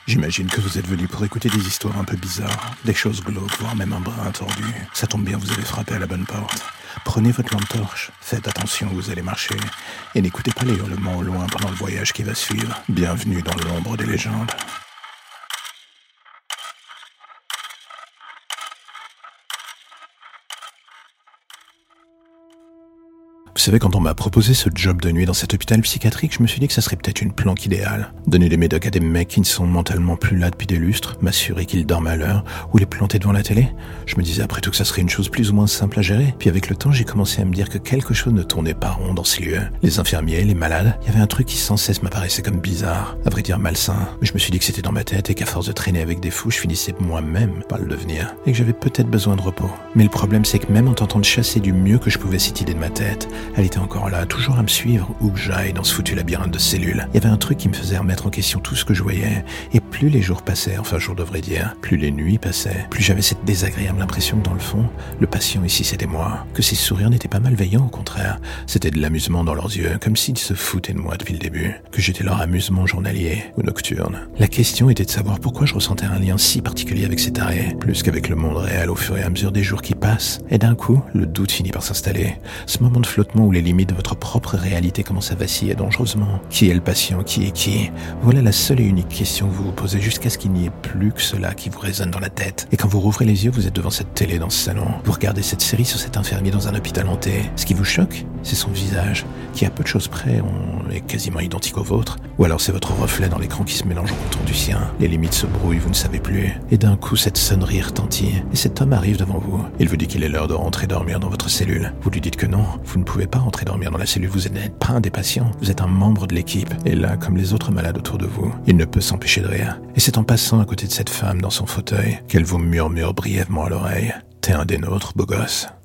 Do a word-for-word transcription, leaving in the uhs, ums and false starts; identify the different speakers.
Speaker 1: J'imagine que vous êtes venu pour écouter des histoires un peu bizarres, des choses glauques, voire même un brin tordu. Ça tombe bien, vous avez frappé à la bonne porte. Prenez votre lampe torche, faites attention où vous allez marcher, et n'écoutez pas les hurlements au loin pendant le voyage qui va suivre. Bienvenue dans l'ombre des légendes. Vous savez, quand on m'a proposé ce job de nuit dans cet hôpital psychiatrique, je me suis dit que ça serait peut-être une planque idéale. Donner des médocs à des mecs qui ne sont mentalement plus là depuis des lustres, m'assurer qu'ils dorment à l'heure, ou les planter devant la télé. Je me disais après tout que ça serait une chose plus ou moins simple à gérer. Puis avec le temps, j'ai commencé à me dire que quelque chose ne tournait pas rond dans ces lieux. Les infirmiers, les malades, il y avait un truc qui sans cesse m'apparaissait comme bizarre, à vrai dire malsain. Mais je me suis dit que c'était dans ma tête et qu'à force de traîner avec des fous, je finissais moi-même par le devenir. Et que j'avais peut-être besoin de repos. Mais le problème, c'est que même en tentant de chasser du mieux que je pouvais cette idée de ma tête, elle était encore là, toujours à me suivre où que j'aille dans ce foutu labyrinthe de cellules. Il y avait un truc qui me faisait remettre en question tout ce que je voyais. Et plus les jours passaient, enfin je devrais dire, plus les nuits passaient, plus j'avais cette désagréable impression que dans le fond, le patient ici c'était moi. Que ces sourires n'étaient pas malveillants, au contraire. C'était de l'amusement dans leurs yeux, comme s'ils se foutaient de moi depuis le début. Que j'étais leur amusement journalier ou nocturne. La question était de savoir pourquoi je ressentais un lien si particulier avec ces tarés, plus qu'avec le monde réel au fur et à mesure des jours qui passent. Et d'un coup, le doute finit par s'installer. Ce moment de flottement où les limites de votre propre réalité commence à vaciller dangereusement. Qui est le patient? Qui est qui? Voilà la seule et unique question que vous vous posez jusqu'à ce qu'il n'y ait plus que cela qui vous résonne dans la tête. Et quand vous rouvrez les yeux, vous êtes devant cette télé dans ce salon. Vous regardez cette série sur cet infirmier dans un hôpital hanté. Ce qui vous choque, c'est son visage, qui à peu de choses près on est quasiment identique au vôtre. Ou alors c'est votre reflet dans l'écran qui se mélange au contour du sien. Les limites se brouillent, vous ne savez plus. Et d'un coup, cette sonnerie retentit. Et cet homme arrive devant vous. Il vous dit qu'il est l'heure de rentrer dormir dans votre cellule. Vous lui dites que non, vous ne pouvez pas rentrer dormir dans la cellule, vous n'êtes pas un des patients, vous êtes un membre de l'équipe. Et là, comme les autres malades autour de vous, il ne peut s'empêcher de rire. Et c'est en passant à côté de cette femme dans son fauteuil qu'elle vous murmure brièvement à l'oreille. T'es un des nôtres, beau gosse.